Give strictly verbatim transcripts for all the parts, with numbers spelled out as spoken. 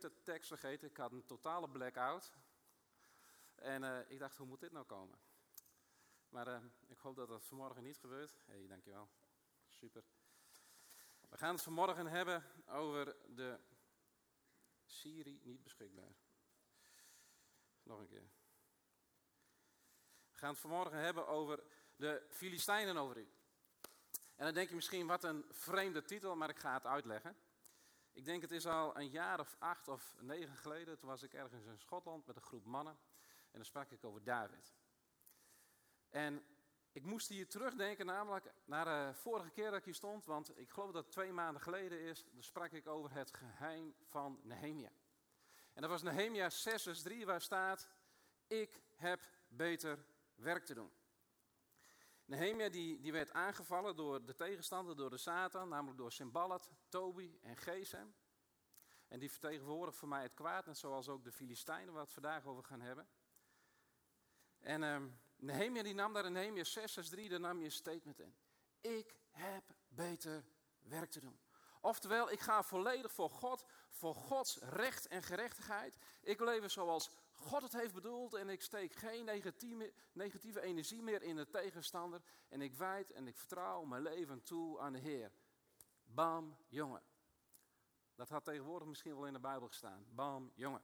compleet de tekst vergeten. Ik had een totale blackout. En uh, ik dacht, hoe moet dit nou komen? Maar uh, ik hoop dat dat vanmorgen niet gebeurt. Hé, hey, dankjewel. Super. We gaan het vanmorgen hebben over de Siri niet beschikbaar. Nog een keer. We gaan het vanmorgen hebben over de Filistijnen over u. En dan denk je misschien, wat een vreemde titel, maar ik ga het uitleggen. Ik denk het is al een jaar of acht of negen geleden. Toen was ik ergens in Schotland met een groep mannen. En dan sprak ik over David. En ik moest hier terugdenken namelijk naar de vorige keer dat ik hier stond. Want ik geloof dat het twee maanden geleden is. Dan sprak ik over het geheim van Nehemia. En dat was Nehemia zes vers drie waar staat: ik heb beter werk te doen. Nehemia die, die werd aangevallen door de tegenstander, door de Satan, namelijk door Sanballat, Tobi en Gesem. En die vertegenwoordigt voor mij het kwaad, net zoals ook de Filistijnen, waar we het vandaag over gaan hebben. En um, Nehemia die nam daar in Nehemia zes vers drie, daar nam je een statement in. Ik heb beter werk te doen. Oftewel, ik ga volledig voor God, voor Gods recht en gerechtigheid. Ik leef zoals God het heeft bedoeld en ik steek geen negatieve, negatieve energie meer in de tegenstander. En ik wijd en ik vertrouw mijn leven toe aan de Heer. Bam, jongen. Dat had tegenwoordig misschien wel in de Bijbel gestaan. Bam, jongen.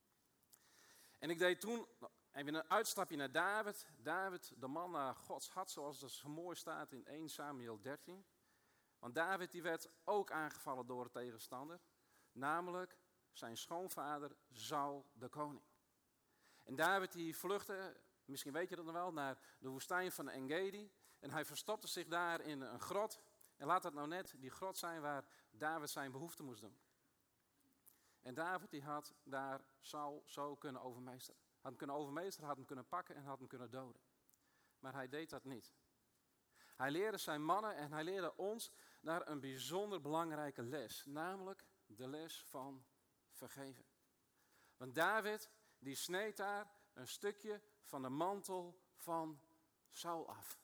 En ik deed toen even een uitstapje naar David. David, de man naar Gods hart, zoals dat zo mooi staat in eerste Samuel dertien. Want David die werd ook aangevallen door de tegenstander. Namelijk zijn schoonvader Saul de koning. En David die vluchtte, misschien weet je dat nog wel, naar de woestijn van Engedi. En hij verstopte zich daar in een grot. En laat dat nou net die grot zijn waar David zijn behoefte moest doen. En David die had daar Saul zo kunnen overmeesteren. Had hem kunnen overmeesteren, had hem kunnen pakken en had hem kunnen doden. Maar hij deed dat niet. Hij leerde zijn mannen en hij leerde ons naar een bijzonder belangrijke les. Namelijk de les van vergeven. Want David die sneed daar een stukje van de mantel van Saul af.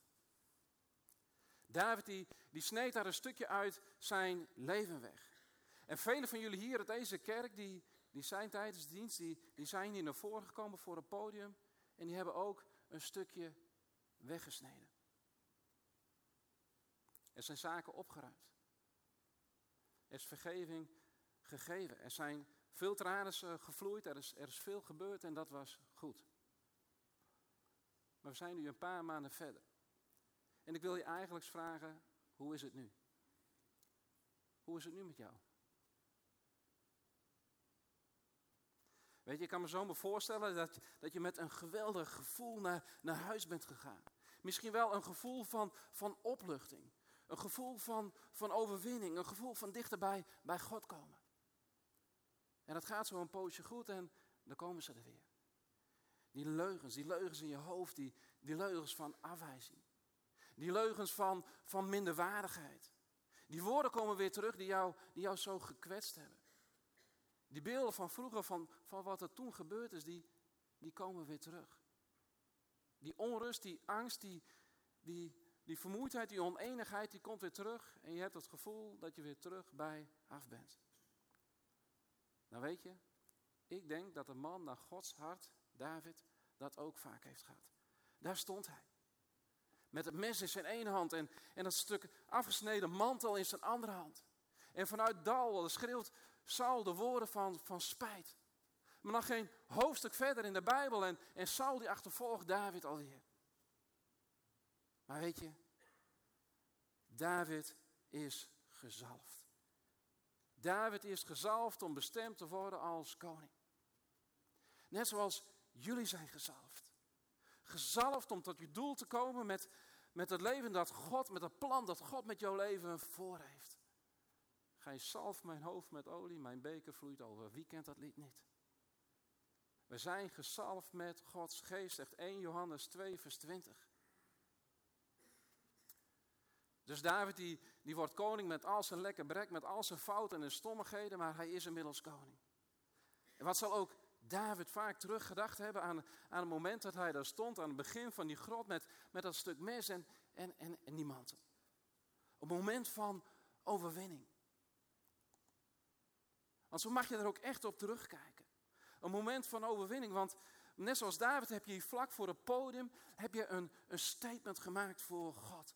David die, die sneed daar een stukje uit zijn leven weg. En velen van jullie hier uit deze kerk, die, die zijn tijdens de dienst, die, die zijn hier naar voren gekomen voor het podium. En die hebben ook een stukje weggesneden. Er zijn zaken opgeruimd. Er is vergeving gegeven. Er zijn veel tranen gevloeid, er is, er is veel gebeurd en dat was goed. Maar we zijn nu een paar maanden verder. En ik wil je eigenlijk vragen, hoe is het nu? Hoe is het nu met jou? Weet je, ik kan me zo maar voorstellen dat, dat je met een geweldig gevoel naar, naar huis bent gegaan. Misschien wel een gevoel van, van opluchting. Een gevoel van, van overwinning. Een gevoel van dichterbij bij God komen. En dat gaat zo een poosje goed en dan komen ze er weer. Die leugens, die leugens in je hoofd, die, die leugens van afwijzing. Die leugens van, van minderwaardigheid. Die woorden komen weer terug die jou, die jou zo gekwetst hebben. Die beelden van vroeger, van, van wat er toen gebeurd is, die, die komen weer terug. Die onrust, die angst, die, die, die vermoeidheid, die oneenigheid, die komt weer terug. En je hebt het gevoel dat je weer terug bij af bent. Nou weet je, ik denk dat de man naar Gods hart, David, dat ook vaak heeft gehad. Daar stond hij. Met het mes in zijn ene hand en, en dat stuk afgesneden mantel in zijn andere hand. En vanuit dal schreeuwt Saul de woorden van, van spijt. Maar nog geen hoofdstuk verder in de Bijbel en, en Saul die achtervolgt David alweer. Maar weet je, David is gezalfd. David is gezalfd om bestemd te worden als koning. Net zoals jullie zijn gezalfd. Gezalfd om tot je doel te komen met, met het leven dat God, met het plan dat God met jouw leven voor heeft. Gij zalft mijn hoofd met olie, mijn beker vloeit over. Wie kent dat lied niet? We zijn gezalfd met Gods geest, zegt eerste Johannes twee vers twintig. Dus David die, die wordt koning met al zijn lekker brek, met al zijn fouten en stommigheden, maar hij is inmiddels koning. En wat zal ook David vaak teruggedacht hebben aan, aan het moment dat hij daar stond, aan het begin van die grot met, met dat stuk mes en, en, en, en die mantel. Een moment van overwinning. Want zo mag je er ook echt op terugkijken. Een moment van overwinning, want net zoals David heb je hier vlak voor het podium, heb je een, een statement gemaakt voor God.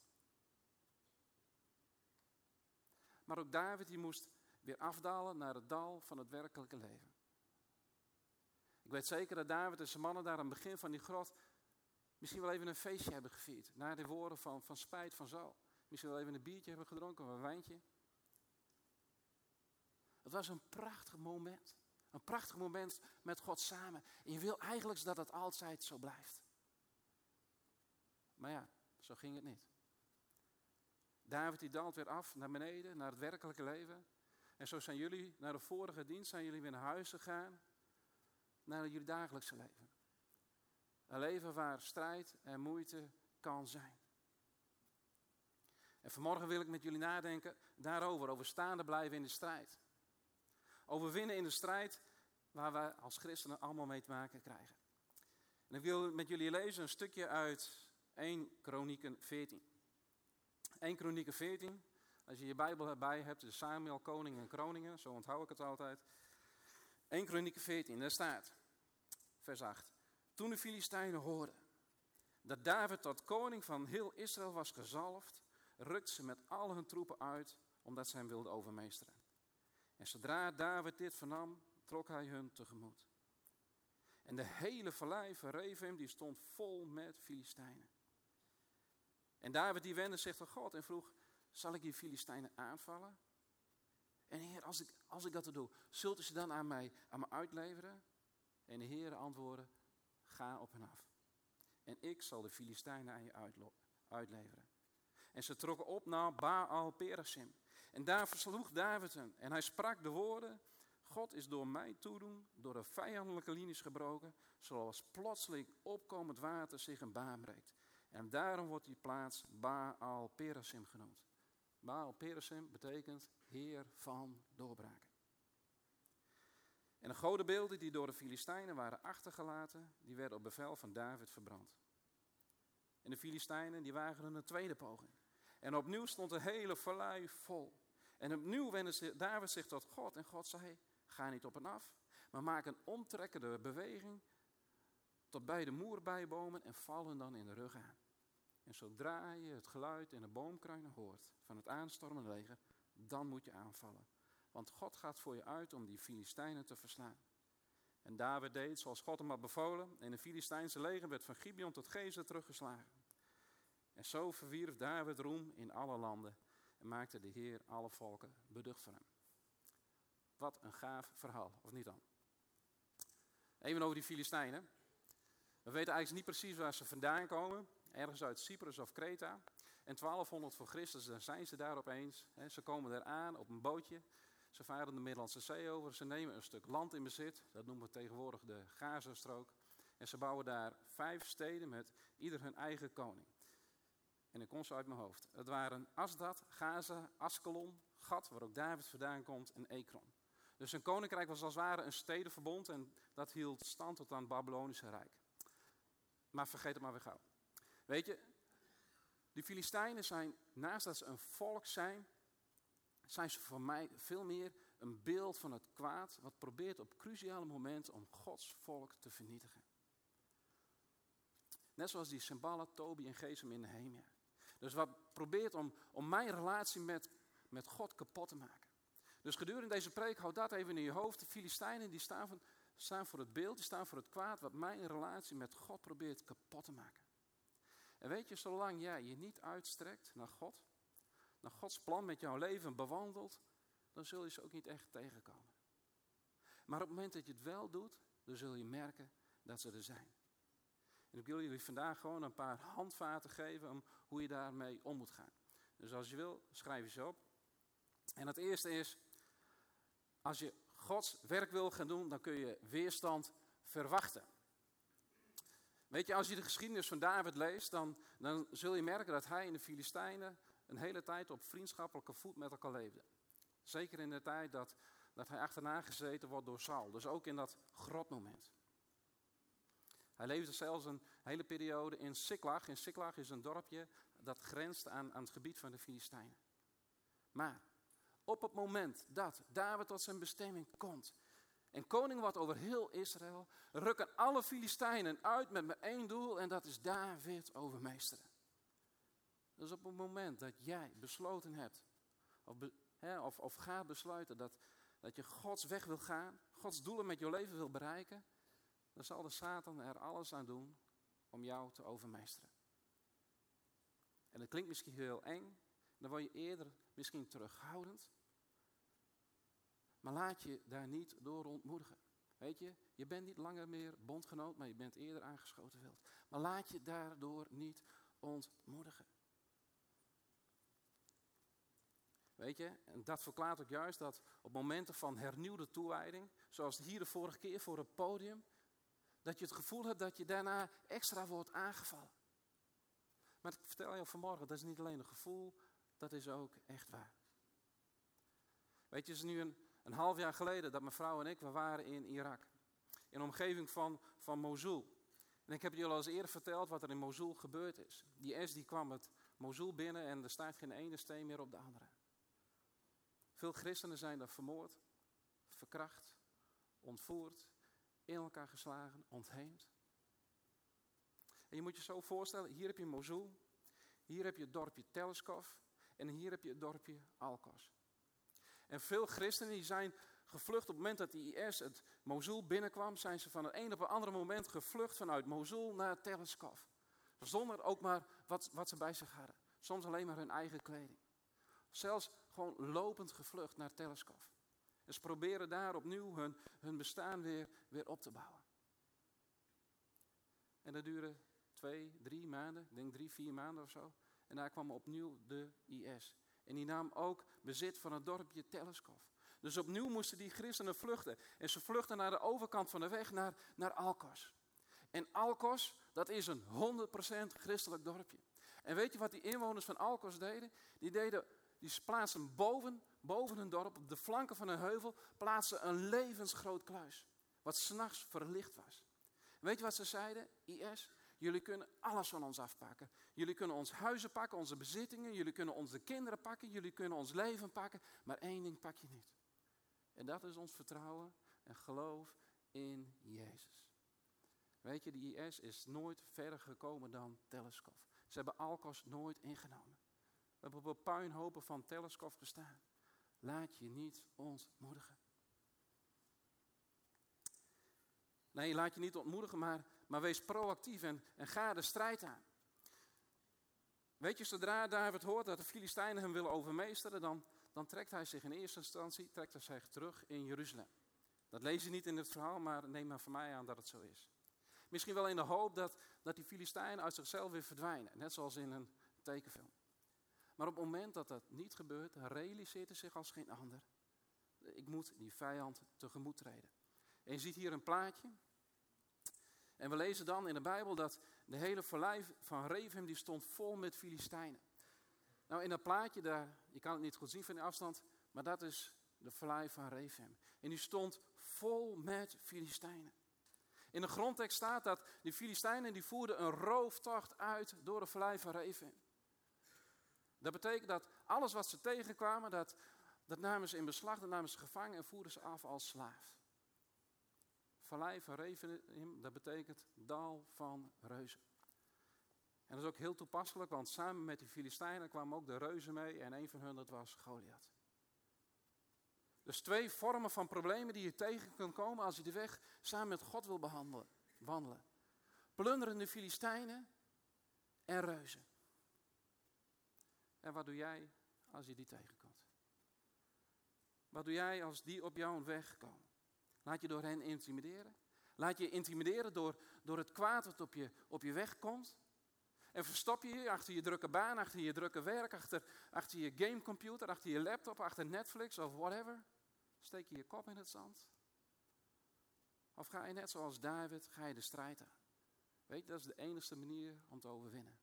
Maar ook David die moest weer afdalen naar het dal van het werkelijke leven. Ik weet zeker dat David en zijn mannen daar aan het begin van die grot misschien wel even een feestje hebben gevierd. Na de woorden van, van spijt van Saul. Misschien wel even een biertje hebben gedronken of een wijntje. Het was een prachtig moment. Een prachtig moment met God samen. En je wil eigenlijk dat het altijd zo blijft. Maar ja, zo ging het niet. David die daalt weer af naar beneden, naar het werkelijke leven. En zo zijn jullie naar de vorige dienst, zijn jullie weer naar huis gegaan. Naar jullie dagelijkse leven. Een leven waar strijd en moeite kan zijn. En vanmorgen wil ik met jullie nadenken daarover, over staande blijven in de strijd. Over winnen in de strijd waar wij als christenen allemaal mee te maken krijgen. En ik wil met jullie lezen een stukje uit eerste Kronieken veertien. eerste Kronieken veertien, als je je Bijbel erbij hebt, de Samuel, Koning en Kroningen, zo onthoud ik het altijd. eerste Kronieken veertien, daar staat, vers acht. Toen de Filistijnen hoorden dat David tot koning van heel Israël was gezalfd, rukten ze met al hun troepen uit, omdat ze hem wilden overmeesteren. En zodra David dit vernam, trok hij hun tegemoet. En de hele vallei van Rephaim, die stond vol met Filistijnen. En David die wendde zich tot God en vroeg, zal ik die Filistijnen aanvallen? En Heer, als ik, als ik dat doe, zult u ze dan aan mij, aan mij uitleveren? En de Heer antwoordde, ga op hen af. En ik zal de Filistijnen aan je uitlo- uitleveren. En ze trokken op naar Baal Perasim. En daar versloeg David hen. En hij sprak de woorden, God is door mij toedoen, door de vijandelijke linies gebroken, zoals plotseling opkomend water zich een baan breekt. En daarom wordt die plaats Baal Perasim genoemd. Baal Perasim betekent Heer van doorbraken. En de godenbeelden die door de Filistijnen waren achtergelaten, die werden op bevel van David verbrand. En de Filistijnen die waagden een tweede poging. En opnieuw stond de hele vallei vol. En opnieuw wendde David zich tot God en God zei, ga niet op en af, maar maak een omtrekkende beweging tot bij de moerbijbomen en val hen dan in de rug aan. En zodra je het geluid in de boomkruinen hoort van het aanstormende leger, dan moet je aanvallen. Want God gaat voor je uit om die Filistijnen te verslaan. En David deed zoals God hem had bevolen. En de Filistijnse leger werd van Gibeon tot Gezer teruggeslagen. En zo verwierf David roem in alle landen. En maakte de Heer alle volken beducht voor hem. Wat een gaaf verhaal, of niet dan? Even over die Filistijnen. We weten eigenlijk niet precies waar ze vandaan komen. Ergens uit Cyprus of Kreta. En twaalfhonderd voor Christus, dan zijn ze daar opeens. Ze komen daar aan op een bootje. Ze varen de Middellandse Zee over. Ze nemen een stuk land in bezit. Dat noemen we tegenwoordig de Gazastrook. En ze bouwen daar vijf steden met ieder hun eigen koning. En ik kom ze uit mijn hoofd. Het waren Asdod, Gaza, Askelon, Gat, waar ook David vandaan komt, en Ekron. Dus een koninkrijk was als het ware een stedenverbond. En dat hield stand tot aan het Babylonische Rijk. Maar vergeet het maar weer gauw. Weet je, die Filistijnen zijn, naast dat ze een volk zijn, zijn ze voor mij veel meer een beeld van het kwaad, wat probeert op cruciale momenten om Gods volk te vernietigen. Net zoals die Sanballat, Tobi en Gesem in Nehemia. Dus wat probeert om, om mijn relatie met, met God kapot te maken. Dus gedurende deze preek, houd dat even in je hoofd. De Filistijnen die staan, van, staan voor het beeld, die staan voor het kwaad, wat mijn relatie met God probeert kapot te maken. En weet je, zolang jij je niet uitstrekt naar God, naar Gods plan met jouw leven bewandelt, dan zul je ze ook niet echt tegenkomen. Maar op het moment dat je het wel doet, dan zul je merken dat ze er zijn. En ik wil jullie vandaag gewoon een paar handvaten geven om hoe je daarmee om moet gaan. Dus als je wil, schrijf je ze op. En het eerste is, als je Gods werk wil gaan doen, dan kun je weerstand verwachten. Weet je, als je de geschiedenis van David leest, dan, dan zul je merken dat hij en de Filistijnen een hele tijd op vriendschappelijke voet met elkaar leefden. Zeker in de tijd dat, dat hij achterna gezeten wordt door Saul. Dus ook in dat grotmoment. Hij leefde zelfs een hele periode in Siklag. In Siklag is een dorpje dat grenst aan, aan het gebied van de Filistijnen. Maar Op het moment dat David tot zijn bestemming komt en koning wordt over heel Israël, rukken alle Filistijnen uit met maar één doel en dat is David overmeesteren. Dus op het moment dat jij besloten hebt, of, be, hè, of, of gaat besluiten dat, dat je Gods weg wil gaan, Gods doelen met je leven wil bereiken, dan zal de Satan er alles aan doen om jou te overmeesteren. En dat klinkt misschien heel eng, dan word je eerder misschien terughoudend. Maar laat je daar niet door ontmoedigen. Weet je, je bent niet langer meer bondgenoot, maar je bent eerder aangeschoten wild. Maar laat je daardoor niet ontmoedigen. Weet je, en dat verklaart ook juist dat op momenten van hernieuwde toewijding, zoals hier de vorige keer voor het podium, dat je het gevoel hebt dat je daarna extra wordt aangevallen. Maar ik vertel je vanmorgen, dat is niet alleen een gevoel, dat is ook echt waar. Weet je, het is nu een, een half jaar geleden dat mijn vrouw en ik, we waren in Irak. In de omgeving van, van Mosul. En ik heb jullie al eens eerder verteld wat er in Mosul gebeurd is. Die I S die kwam het Mosul binnen en er staat geen ene steen meer op de andere. Veel christenen zijn daar vermoord, verkracht, ontvoerd, in elkaar geslagen, ontheemd. En je moet je zo voorstellen, hier heb je Mosul, hier heb je het dorpje Tel Eskov en hier heb je het dorpje Al-Qos. En veel christenen die zijn gevlucht op het moment dat die I S het Mosul binnenkwam, zijn ze van het een op het andere moment gevlucht vanuit Mosul naar Tel Eskov. Zonder ook maar wat, wat ze bij zich hadden. Soms alleen maar hun eigen kleding. Zelfs gewoon lopend gevlucht naar Tel Eskov. En ze proberen daar opnieuw hun, hun bestaan weer, weer op te bouwen. En dat duurde twee, drie maanden, ik denk drie, vier maanden of zo. En daar kwam opnieuw de I S. En die nam ook bezit van het dorpje Tel Eskov. Dus opnieuw moesten die christenen vluchten. En ze vluchten naar de overkant van de weg, naar, naar Al-Qos. En Al-Qos, dat is een honderd procent christelijk dorpje. En weet je wat die inwoners van Al-Qos deden? Die deden, die plaatsten boven, boven hun dorp, op de flanken van een heuvel, plaatsten een levensgroot kluis. Wat 's nachts verlicht was. Weet je wat ze zeiden? I S, jullie kunnen alles van ons afpakken. Jullie kunnen ons huizen pakken, onze bezittingen. Jullie kunnen onze kinderen pakken. Jullie kunnen ons leven pakken. Maar één ding pak je niet. En dat is ons vertrouwen en geloof in Jezus. Weet je, die I S is nooit verder gekomen dan Tel Eskov. Ze hebben Al-Qos nooit ingenomen. We hebben op puinhopen van Tel Eskov gestaan. Laat je niet ontmoedigen. Nee, laat je niet ontmoedigen, maar, maar wees proactief en, en ga de strijd aan. Weet je, zodra David hoort dat de Filistijnen hem willen overmeesteren, dan, dan trekt hij zich in eerste instantie trekt hij zich terug in Jeruzalem. Dat lees je niet in het verhaal, maar neem maar van mij aan dat het zo is. Misschien wel in de hoop dat, dat die Filistijnen uit zichzelf weer verdwijnen, net zoals in een tekenfilm. Maar op het moment dat dat niet gebeurt, realiseert hij zich als geen ander. Ik moet die vijand tegemoet treden. En je ziet hier een plaatje. En we lezen dan in de Bijbel dat de hele vallei van Rephaim die stond vol met Filistijnen. Nou, in dat plaatje, daar, je kan het niet goed zien van die afstand, maar dat is de vallei van Rephaim. En die stond vol met Filistijnen. In de grondtekst staat dat die Filistijnen die voerden een rooftocht uit door de vallei van Rephaim. Dat betekent dat alles wat ze tegenkwamen, dat, dat namen ze in beslag, dat namen ze gevangen en voerden ze af als slaaf. Vallei van Rephaim, dat betekent dal van reuzen. En dat is ook heel toepasselijk, want samen met die Filistijnen kwamen ook de reuzen mee en een van hen dat was Goliath. Dus twee vormen van problemen die je tegen kunt komen als je de weg samen met God wil behandelen, wandelen. Plunderende Filistijnen en reuzen. En wat doe jij als je die tegenkomt? Wat doe jij als die op jouw weg komen? Laat je door hen intimideren? Laat je intimideren door, door het kwaad dat op je, op je weg komt? En verstop je je achter je drukke baan, achter je drukke werk, achter, achter je gamecomputer, achter je laptop, achter Netflix of whatever? Steek je je kop in het zand? Of ga je net zoals David, ga je de strijd aan? Weet je, dat is de enige manier om te overwinnen.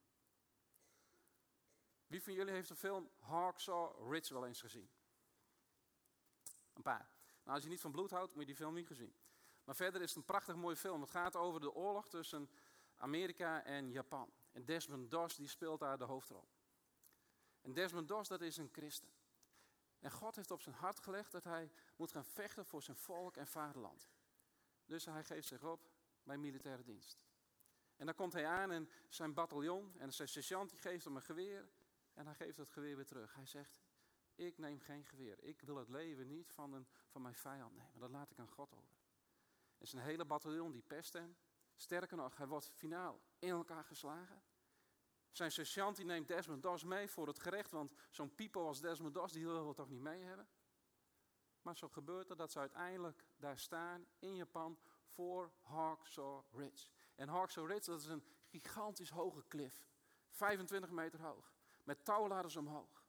Wie van jullie heeft de film Hacksaw Ridge wel eens gezien? Een paar. Nou, als je niet van bloed houdt, moet je die film niet gezien. Maar verder is het een prachtig mooie film. Het gaat over de oorlog tussen Amerika en Japan. En Desmond Doss die speelt daar de hoofdrol. En Desmond Doss, dat is een christen. En God heeft op zijn hart gelegd dat hij moet gaan vechten voor zijn volk en vaderland. Dus hij geeft zich op bij militaire dienst. En dan komt hij aan in zijn bataljon en zijn sergeant die geeft hem een geweer. En hij geeft het geweer weer terug. Hij zegt, ik neem geen geweer. Ik wil het leven niet van, een, van mijn vijand nemen. Dat laat ik aan God over. En zijn hele bataljon die pest hem. Sterker nog, hij wordt finaal in elkaar geslagen. Zijn sergeant die neemt Desmond Doss mee voor het gerecht. Want zo'n pieper als Desmond Doss die wil we toch niet mee hebben. Maar zo gebeurt er dat ze uiteindelijk daar staan in Japan voor Hawksaw Ridge. En Hawksaw Ridge, dat is een gigantisch hoge klif. vijfentwintig meter hoog. Met touwladers omhoog.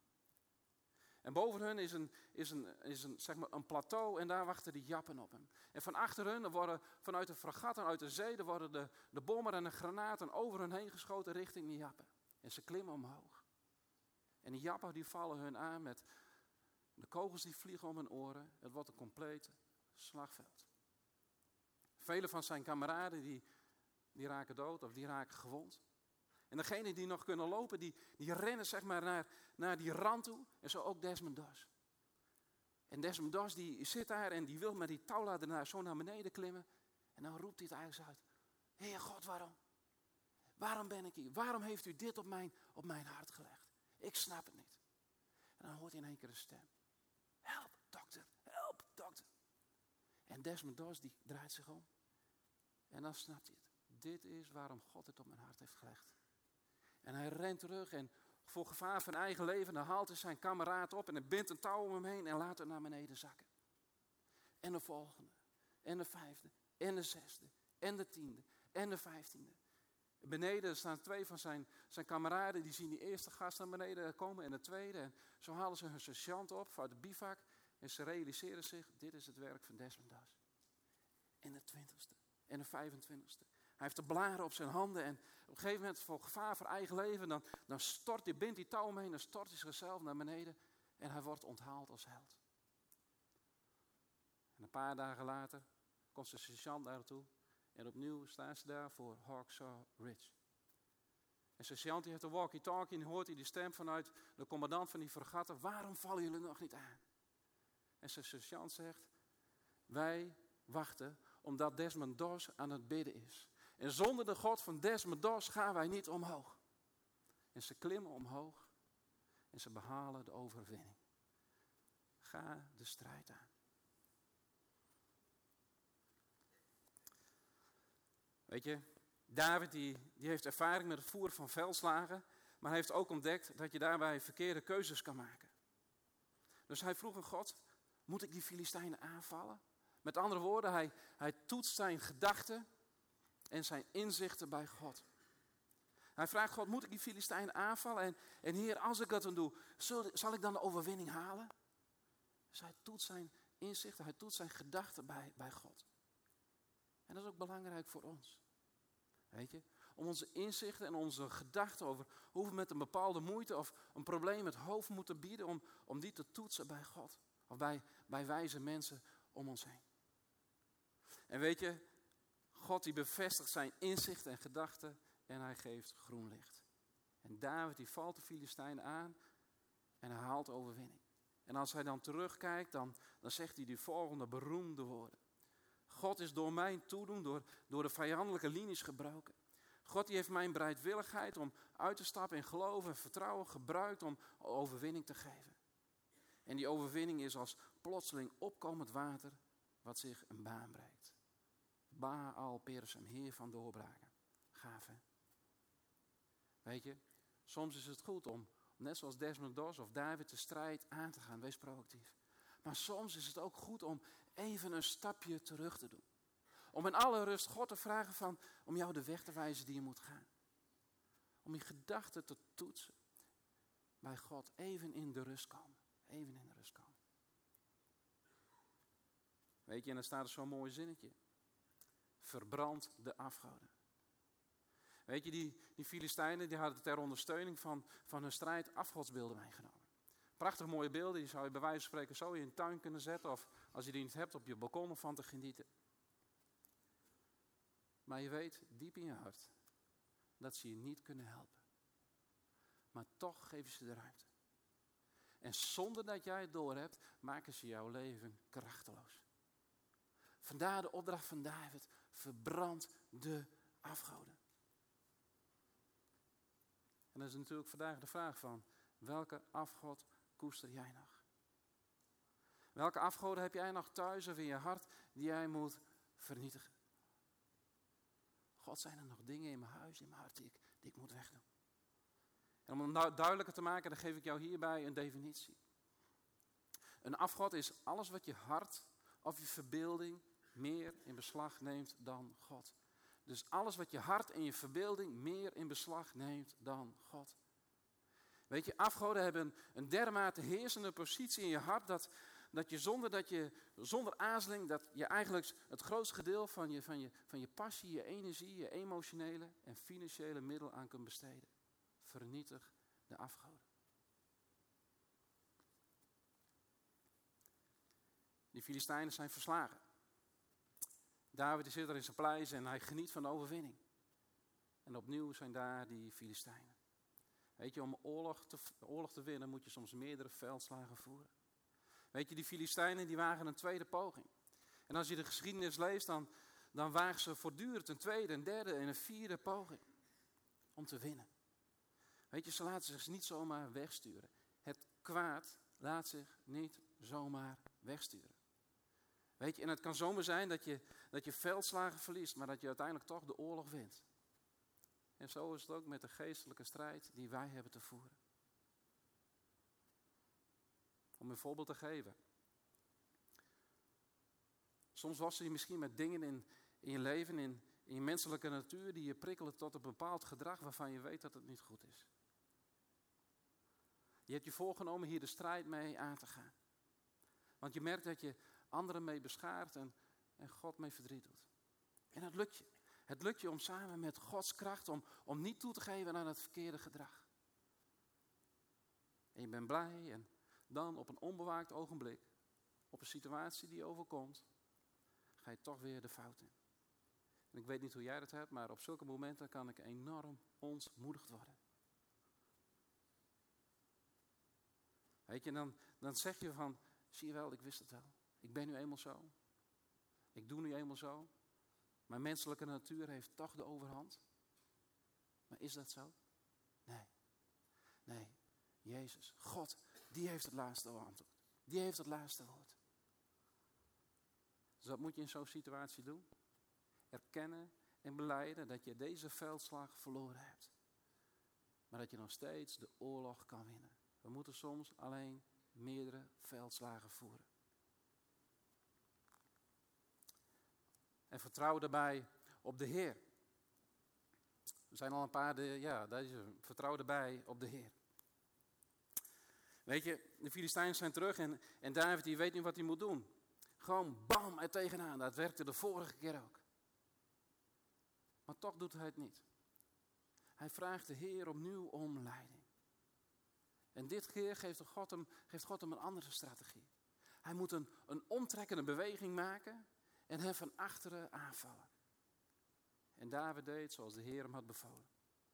En boven hun is een, is een, is een, zeg maar een plateau en daar wachten de Jappen op hem. En van achter hun worden vanuit de fregatten uit de zee er worden de, de bommen en de granaten over hun heen geschoten richting de Jappen. En ze klimmen omhoog. En de Jappen die vallen hun aan met de kogels die vliegen om hun oren. Het wordt een compleet slagveld. Vele van zijn kameraden die, die raken dood of die raken gewond. En degenen die nog kunnen lopen, die, die rennen zeg maar naar, naar die rand toe. En zo ook Desmond Doss. En Desmond Doss die zit daar en die wil met die touwladder naar, zo naar beneden klimmen. En dan roept hij het eigenlijk uit. Heer God, waarom? Waarom ben ik hier? Waarom heeft u dit op mijn, op mijn hart gelegd? Ik snap het niet. En dan hoort hij in één keer een stem. Help, dokter, help, dokter. En Desmond Doss die draait zich om. En dan snapt hij het. Dit is waarom God het op mijn hart heeft gelegd. En hij rent terug en voor gevaar van eigen leven, dan haalt hij zijn kameraad op en hij bindt een touw om hem heen en laat hem naar beneden zakken. En de volgende, en de vijfde, en de zesde, en de tiende, en de vijftiende. Beneden staan twee van zijn, zijn kameraden, die zien die eerste gast naar beneden komen en de tweede. En zo halen ze hun sergeant op uit de bivak en ze realiseren zich, dit is het werk van Desmond Doss. En de twintigste, en de vijfentwintigste. Hij heeft de blaren op zijn handen en op een gegeven moment voor gevaar voor eigen leven, dan, dan stort hij, bindt hij touw omheen, dan stort hij zichzelf naar beneden en hij wordt onthaald als held. En een paar dagen later komt de sergeant daar naartoe en opnieuw staan ze daar voor Hawksaw Ridge. En de sergeant die heeft een walkie-talkie en hoort hij die stem vanuit de commandant van die fregatten, waarom vallen jullie nog niet aan? En zijn sergeant zegt, wij wachten omdat Desmond Doss aan het bidden is. En zonder de God van Desmond Doss gaan wij niet omhoog. En ze klimmen omhoog en ze behalen de overwinning. Ga de strijd aan. Weet je, David die, die heeft ervaring met het voeren van veldslagen, maar hij heeft ook ontdekt dat je daarbij verkeerde keuzes kan maken. Dus hij vroeg aan God, moet ik die Filistijnen aanvallen? Met andere woorden, hij, hij toetst zijn gedachten en zijn inzichten bij God. Hij vraagt God, moet ik die Filistijnen aanvallen? En, en Heer, als ik dat dan doe, zal, zal ik dan de overwinning halen? Dus hij toetst zijn inzichten, hij toetst zijn gedachten bij, bij God. En dat is ook belangrijk voor ons. Weet je, om onze inzichten en onze gedachten over hoe we met een bepaalde moeite of een probleem het hoofd moeten bieden, om, om die te toetsen bij God. Of bij, bij wijze mensen om ons heen. En weet je, God die bevestigt zijn inzichten en gedachten en hij geeft groen licht. En David die valt de Filistijnen aan en hij haalt overwinning. En als hij dan terugkijkt, dan, dan zegt hij die volgende beroemde woorden. God is door mijn toedoen, door, door de vijandelijke linies gebroken. God die heeft mijn bereidwilligheid om uit te stappen in geloof en vertrouwen gebruikt om overwinning te geven. En die overwinning is als plotseling opkomend water wat zich een baan breekt. Baal Peresem, Heer van doorbraken. Gaaf hè? Weet je, soms is het goed om, net zoals Desmond Doss of David, de strijd aan te gaan. Wees proactief. Maar soms is het ook goed om even een stapje terug te doen. Om in alle rust God te vragen van, om jou de weg te wijzen die je moet gaan. Om je gedachten te toetsen bij God. Even in de rust komen. Even in de rust komen. Weet je, en dan staat er zo'n mooi zinnetje. Verbrand de afgoden. Weet je, die, die Filistijnen die hadden ter ondersteuning van, van hun strijd afgodsbeelden meegenomen. Prachtig mooie beelden, die zou je bij wijze van spreken zo in je tuin kunnen zetten. Of als je die niet hebt, op je balkon om van te genieten. Maar je weet, diep in je hart, dat ze je niet kunnen helpen. Maar toch geven ze de ruimte. En zonder dat jij het doorhebt, maken ze jouw leven krachteloos. Vandaar de opdracht van David, verbrand de afgoden. En dat is natuurlijk vandaag de vraag van, welke afgod koester jij nog? Welke afgoden heb jij nog thuis of in je hart die jij moet vernietigen? God, zijn er nog dingen in mijn huis, in mijn hart die ik, die ik moet wegdoen? En om het nou duidelijker te maken, dan geef ik jou hierbij een definitie. Een afgod is alles wat je hart of je verbeelding meer in beslag neemt dan God. Dus alles wat je hart en je verbeelding meer in beslag neemt dan God. Weet je, afgoden hebben een dermate heersende positie in je hart dat, dat je zonder dat je zonder aarzeling, dat je eigenlijk het grootste gedeelte van je, van, je, van je passie, je energie, je emotionele en financiële middel aan kunt besteden. Vernietig de afgoden. Die Filistijnen zijn verslagen. David zit er in zijn pleis en hij geniet van de overwinning. En opnieuw zijn daar die Filistijnen. Weet je, om oorlog te, oorlog te winnen moet je soms meerdere veldslagen voeren. Weet je, die Filistijnen die wagen een tweede poging. En als je de geschiedenis leest, dan, dan wagen ze voortdurend een tweede, een derde en een vierde poging. Om te winnen. Weet je, ze laten zich niet zomaar wegsturen. Het kwaad laat zich niet zomaar wegsturen. Weet je, en het kan zomaar zijn dat je, dat je veldslagen verliest, maar dat je uiteindelijk toch de oorlog wint. En zo is het ook met de geestelijke strijd die wij hebben te voeren. Om een voorbeeld te geven. Soms worstel je misschien met dingen in, in je leven, in, in je menselijke natuur, die je prikkelen tot een bepaald gedrag waarvan je weet dat het niet goed is. Je hebt je voorgenomen hier de strijd mee aan te gaan. Want je merkt dat je anderen mee beschaart en, en God mee verdriet doet. En dat lukt je. Het lukt je om samen met Gods kracht, om, om niet toe te geven aan het verkeerde gedrag. En je bent blij en dan op een onbewaakt ogenblik, op een situatie die je overkomt, ga je toch weer de fout in. En ik weet niet hoe jij dat hebt, maar op zulke momenten kan ik enorm ontmoedigd worden. Weet je, en dan, dan zeg je van, zie je wel, ik wist het wel. Ik ben nu eenmaal zo. Ik doe nu eenmaal zo. Mijn menselijke natuur heeft toch de overhand. Maar is dat zo? Nee. Nee. Jezus, God, die heeft het laatste antwoord. Die heeft het laatste woord. Dus wat moet je in zo'n situatie doen? Erkennen en belijden dat je deze veldslag verloren hebt. Maar dat je nog steeds de oorlog kan winnen. We moeten soms alleen meerdere veldslagen voeren. En vertrouw daarbij op de Heer. Er zijn al een paar, de, ja, deze, vertrouw daarbij op de Heer. Weet je, de Filistijnen zijn terug en, en David die weet niet wat hij moet doen. Gewoon bam er tegenaan, dat werkte de vorige keer ook. Maar toch doet hij het niet. Hij vraagt de Heer opnieuw om leiding. En dit keer geeft God hem, geeft God hem een andere strategie. Hij moet een, een omtrekkende beweging maken en hem van achteren aanvallen. En David deed zoals de Heer hem had bevolen.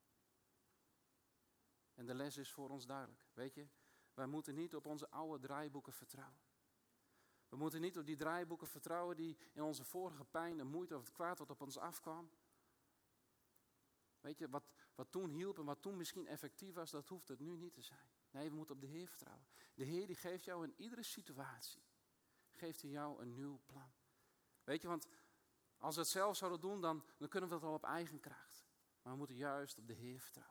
En de les is voor ons duidelijk. Weet je, wij moeten niet op onze oude draaiboeken vertrouwen. We moeten niet op die draaiboeken vertrouwen die in onze vorige pijn en moeite of het kwaad wat op ons afkwam. Weet je, wat, wat toen hielp en wat toen misschien effectief was, dat hoeft het nu niet te zijn. Nee, we moeten op de Heer vertrouwen. De Heer die geeft jou in iedere situatie, geeft hij jou een nieuw plan. Weet je, want als we het zelf zouden doen, dan, dan kunnen we dat al op eigen kracht. Maar we moeten juist op de Heer vertrouwen.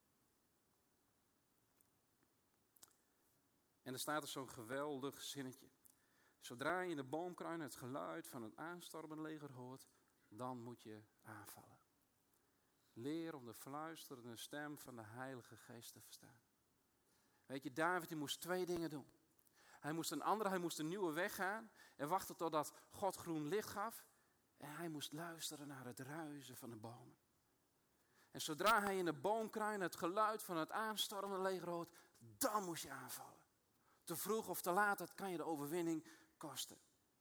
En er staat er zo'n geweldig zinnetje. Zodra je in de boomkruin het geluid van een aanstormend leger hoort, dan moet je aanvallen. Leer om de fluisterende stem van de Heilige Geest te verstaan. Weet je, David die moest twee dingen doen. Hij moest een andere, hij moest een nieuwe weg gaan en wachten totdat God groen licht gaf. En hij moest luisteren naar het ruisen van de bomen. En zodra hij in de boomkruin het geluid van het aanstormende leger hoort, dan moest je aanvallen. Te vroeg of te laat, dat kan je de overwinning kosten.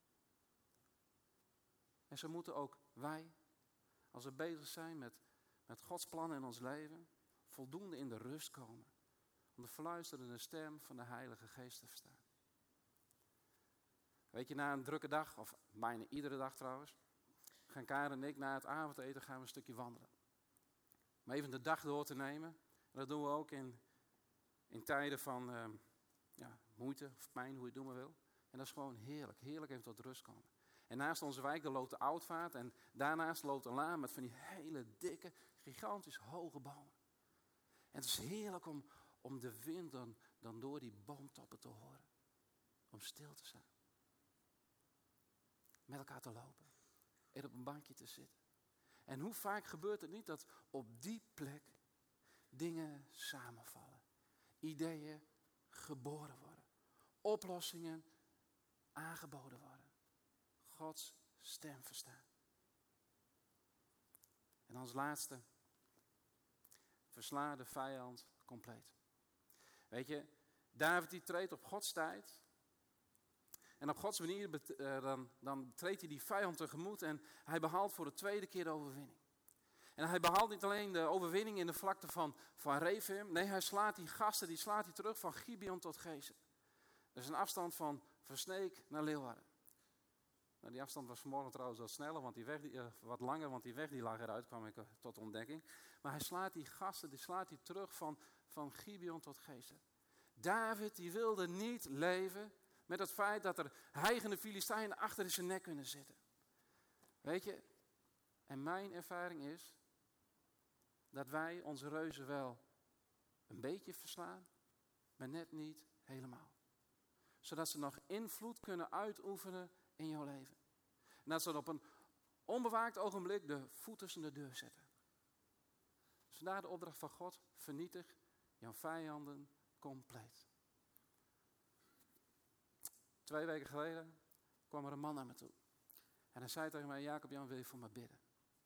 En zo moeten ook wij, als we bezig zijn met, met Gods plannen in ons leven, voldoende in de rust komen. om de fluisterende stem van de Heilige Geest te verstaan. Weet je, na een drukke dag, of bijna iedere dag trouwens, gaan Karen en ik na het avondeten gaan we een stukje wandelen. Om even de dag door te nemen. En dat doen we ook in, in tijden van uh, ja, moeite of pijn, hoe je het doen maar wil. En dat is gewoon heerlijk. Heerlijk even tot rust komen. En naast onze wijk daar loopt de Oudvaart. En daarnaast loopt een laan met van die hele dikke, gigantisch hoge bomen. En het is heerlijk om, om de wind dan, dan door die boomtoppen te horen. Om stil te zijn. Met elkaar te lopen. En op een bankje te zitten. En hoe vaak gebeurt het niet dat op die plek dingen samenvallen. Ideeën geboren worden. Oplossingen aangeboden worden. Gods stem verstaan. En als laatste. Versla de vijand compleet. Weet je, David die treedt op Gods tijd. En op Gods manier bet- uh, dan, dan treedt hij die vijand tegemoet. En hij behaalt voor de tweede keer de overwinning. En hij behaalt niet alleen de overwinning in de vlakte van, van Rephaim. Nee, hij slaat die gasten, die slaat hij terug van Gibeon tot Gezer. Dat is een afstand van Versneek naar Leeuwarden. Nou, die afstand was vanmorgen trouwens wat sneller, want die weg, die, uh, wat langer, want die weg die lag eruit, kwam ik uh, tot ontdekking. Maar hij slaat die gasten, die slaat hij terug van, van Gibeon tot Gezer. David die wilde niet leven met het feit dat er hijgende Filistijnen achter in zijn nek kunnen zitten. Weet je, en mijn ervaring is dat wij onze reuzen wel een beetje verslaan, maar net niet helemaal. Zodat ze nog invloed kunnen uitoefenen in jouw leven. En dat ze op een onbewaakt ogenblik de voet tussen de deur zetten. Dus vandaar de opdracht van God, vernietig jouw vijanden compleet. Twee weken geleden kwam er een man naar me toe. En hij zei tegen mij, Jacob Jan, wil je voor me bidden?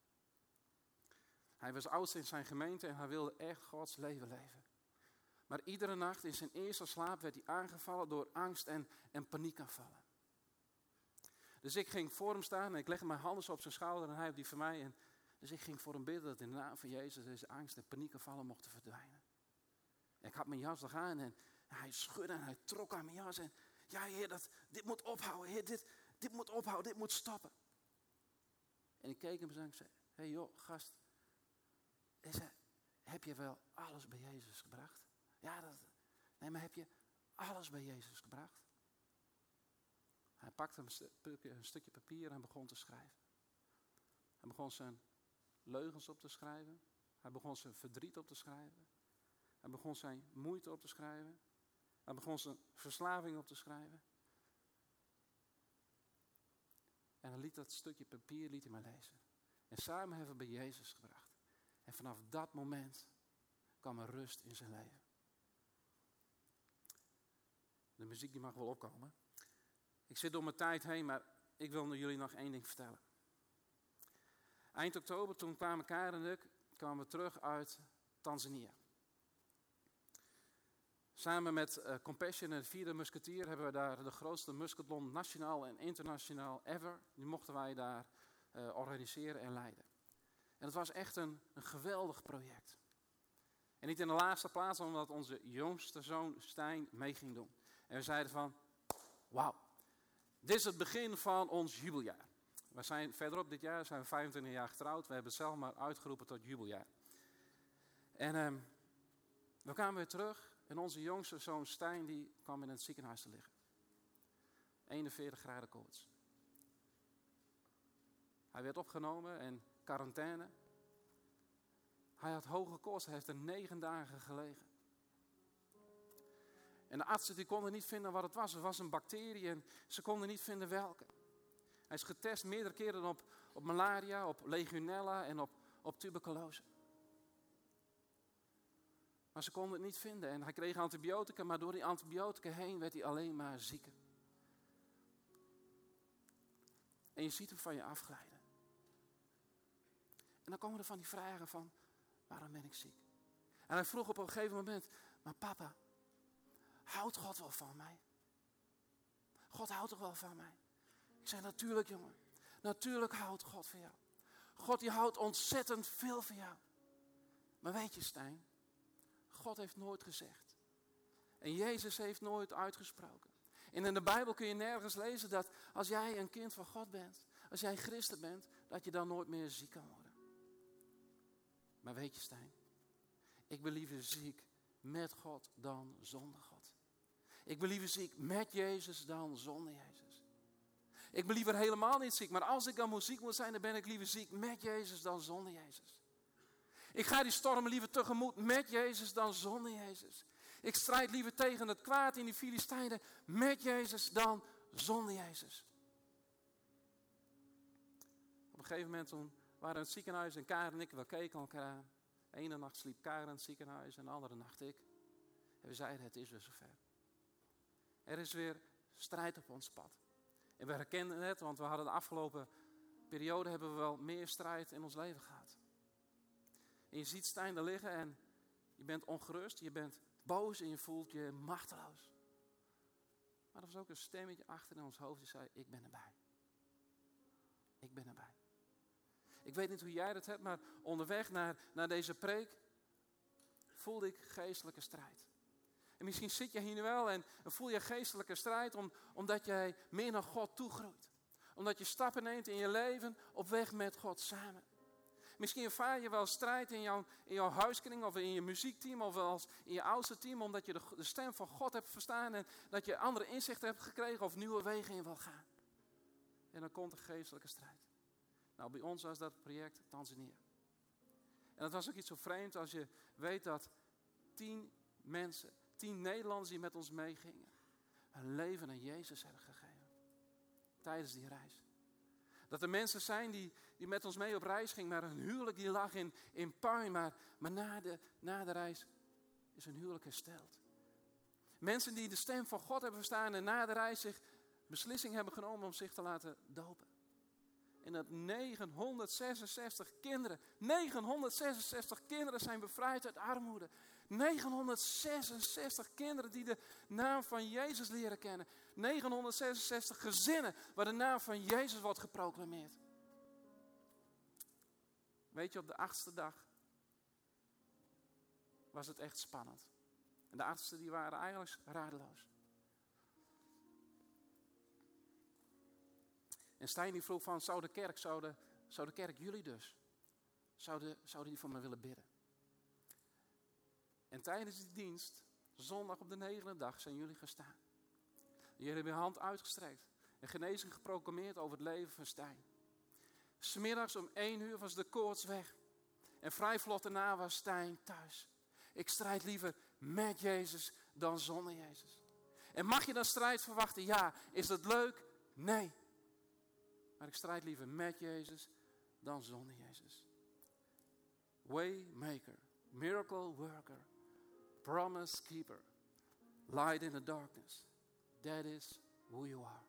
Hij was oudste in zijn gemeente en hij wilde echt Gods leven leven. Maar iedere nacht in zijn eerste slaap werd hij aangevallen door angst en, en paniekaanvallen. Dus ik ging voor hem staan en ik legde mijn handen op zijn schouder en hij op die van mij. En dus ik ging voor hem bidden dat in de naam van Jezus deze angst en paniekaanvallen mochten verdwijnen. En ik had mijn jas nog aan en hij schudde en hij trok aan mijn jas. En ja, Heer, dat, dit moet ophouden. Heer, dit, dit moet ophouden, dit moet stoppen. En ik keek hem en ik zei, hé hey joh, gast. Hij zei, heb je wel alles bij Jezus gebracht? Ja, dat, nee, maar heb je alles bij Jezus gebracht? Hij pakte een, stu- een stukje papier en begon te schrijven. Hij begon zijn leugens op te schrijven. Hij begon zijn verdriet op te schrijven. Hij begon zijn moeite op te schrijven. Hij begon zijn verslaving op te schrijven. En hij liet dat stukje papier liet hij maar lezen. En samen hebben we bij Jezus gebracht. En vanaf dat moment kwam er rust in zijn leven. De muziek die mag wel opkomen. Ik zit door mijn tijd heen, maar ik wil jullie nog één ding vertellen. Eind oktober, toen kwamen Karen en ik kwamen we terug uit Tanzania. Samen met uh, Compassion en de vierde musketier hebben we daar de grootste musketbond nationaal en internationaal ever. Die mochten wij daar uh, organiseren en leiden. En het was echt een, een geweldig project. En niet in de laatste plaats omdat onze jongste zoon Stijn mee ging doen. En we zeiden van, wauw, dit is het begin van ons jubeljaar. We zijn verderop dit jaar, zijn we vijfentwintig jaar getrouwd. We hebben het zelf maar uitgeroepen tot jubeljaar. En um, we kwamen weer terug en onze jongste zoon Stijn die kwam in het ziekenhuis te liggen. eenenveertig graden koorts. Hij werd opgenomen en quarantaine. Hij had hoge koorts, hij heeft er negen dagen gelegen. En de artsen die konden niet vinden wat het was. Het was een bacterie en ze konden niet vinden welke. Hij is getest meerdere keren op, op malaria, op legionella en op, op tuberculose. Maar ze konden het niet vinden en hij kreeg antibiotica, maar door die antibiotica heen werd hij alleen maar zieker. En je ziet hem van je afglijden. En dan komen er van die vragen van, waarom ben ik ziek? En hij vroeg op een gegeven moment, maar papa, houdt God wel van mij? God houdt toch wel van mij? Ik zei, natuurlijk jongen, natuurlijk houdt God van jou. God die houdt ontzettend veel van jou. Maar weet je Stijn, God heeft nooit gezegd En Jezus heeft nooit uitgesproken. En in de Bijbel kun je nergens lezen dat als jij een kind van God bent, als jij christen bent, dat je dan nooit meer ziek kan worden. Maar weet je, Stijn, ik ben liever ziek met God dan zonder God. Ik ben liever ziek met Jezus dan zonder Jezus. Ik ben liever helemaal niet ziek, maar als ik dan moet ziek moet zijn, dan ben ik liever ziek met Jezus dan zonder Jezus. Ik ga die stormen liever tegemoet met Jezus dan zonder Jezus. Ik strijd liever tegen het kwaad in die Filistijnen met Jezus dan zonder Jezus. Op een gegeven moment toen waren we in het ziekenhuis en Karen en ik, we keken elkaar aan. De ene nacht sliep Karen in het ziekenhuis en de andere nacht ik. En we zeiden, het is weer zover. Er is weer strijd op ons pad. En we herkenden het, want we hadden de afgelopen periode hebben we wel meer strijd in ons leven gehad. En je ziet Stijn er liggen en je bent ongerust, je bent boos en je voelt je machteloos. Maar er was ook een stemmetje achter in ons hoofd die zei, ik ben erbij. Ik ben erbij. Ik weet niet hoe jij dat hebt, maar onderweg naar, naar deze preek voelde ik geestelijke strijd. En misschien zit je hier nu wel en voel je geestelijke strijd om, omdat jij meer naar God toegroeit. Omdat je stappen neemt in je leven op weg met God samen. Misschien ervaar je wel strijd in jouw, in jouw huiskring of in je muziekteam of wel in je oudste team. Omdat je de, de stem van God hebt verstaan en dat je andere inzichten hebt gekregen of nieuwe wegen in wil gaan. En dan komt de geestelijke strijd. Nou, bij ons was dat het project Tanzania. En dat was ook iets zo vreemd als je weet dat tien mensen, tien Nederlanders die met ons meegingen, hun leven aan Jezus hebben gegeven. Tijdens die reis. Dat er mensen zijn die, die met ons mee op reis gingen, maar hun huwelijk die lag in, in puin. Maar, maar na, de, na de reis is hun huwelijk hersteld. Mensen die de stem van God hebben verstaan en na de reis zich beslissing hebben genomen om zich te laten dopen. En dat negenhonderdzesenzestig kinderen, negenhonderdzesenzestig kinderen zijn bevrijd uit armoede. negenhonderdzesenzestig kinderen die de naam van Jezus leren kennen. negenhonderdzesenzestig gezinnen waar de naam van Jezus wordt geproclameerd. Weet je, op de achtste dag was het echt spannend. En de artsen die waren eigenlijk radeloos. En Stijn die vroeg van, zou de kerk, zou de, zou de kerk jullie dus, zouden, zouden die voor me willen bidden? En tijdens die dienst, zondag op de negende dag, zijn jullie gestaan. Jullie hebben je hand uitgestrekt en genezing geproclameerd over het leven van Stijn. 'S Middags om één uur was de koorts weg. En vrij vlot daarna was Stijn thuis. Ik strijd liever met Jezus dan zonder Jezus. En mag je dan strijd verwachten? Ja. Is dat leuk? Nee. Maar ik strijd liever met Jezus dan zonder Jezus. Waymaker, miracle worker, promise keeper, light in the darkness. That is who you are.